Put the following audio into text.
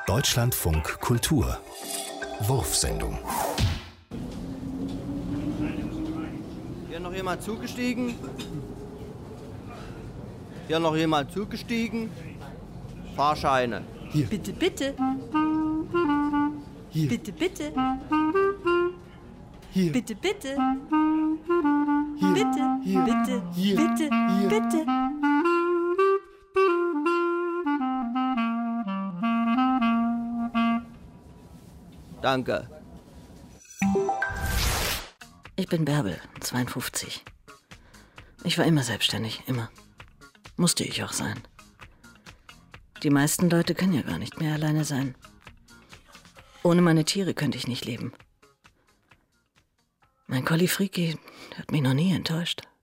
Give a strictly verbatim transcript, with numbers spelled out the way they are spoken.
Deutschlandfunk Kultur Wurfsendung. Hier noch jemand zugestiegen? Hier noch jemand zugestiegen? Fahrscheine. Hier. Bitte, bitte. Hier. Bitte, bitte. Hier. Bitte, bitte. Hier. Bitte, Hier. bitte, Hier. bitte, Hier. bitte. Danke. Ich bin Bärbel, zweiundfünfzig. Ich war immer selbstständig, immer. Musste ich auch sein. Die meisten Leute können ja gar nicht mehr alleine sein. Ohne meine Tiere könnte ich nicht leben. Mein Collie Friki hat mich noch nie enttäuscht.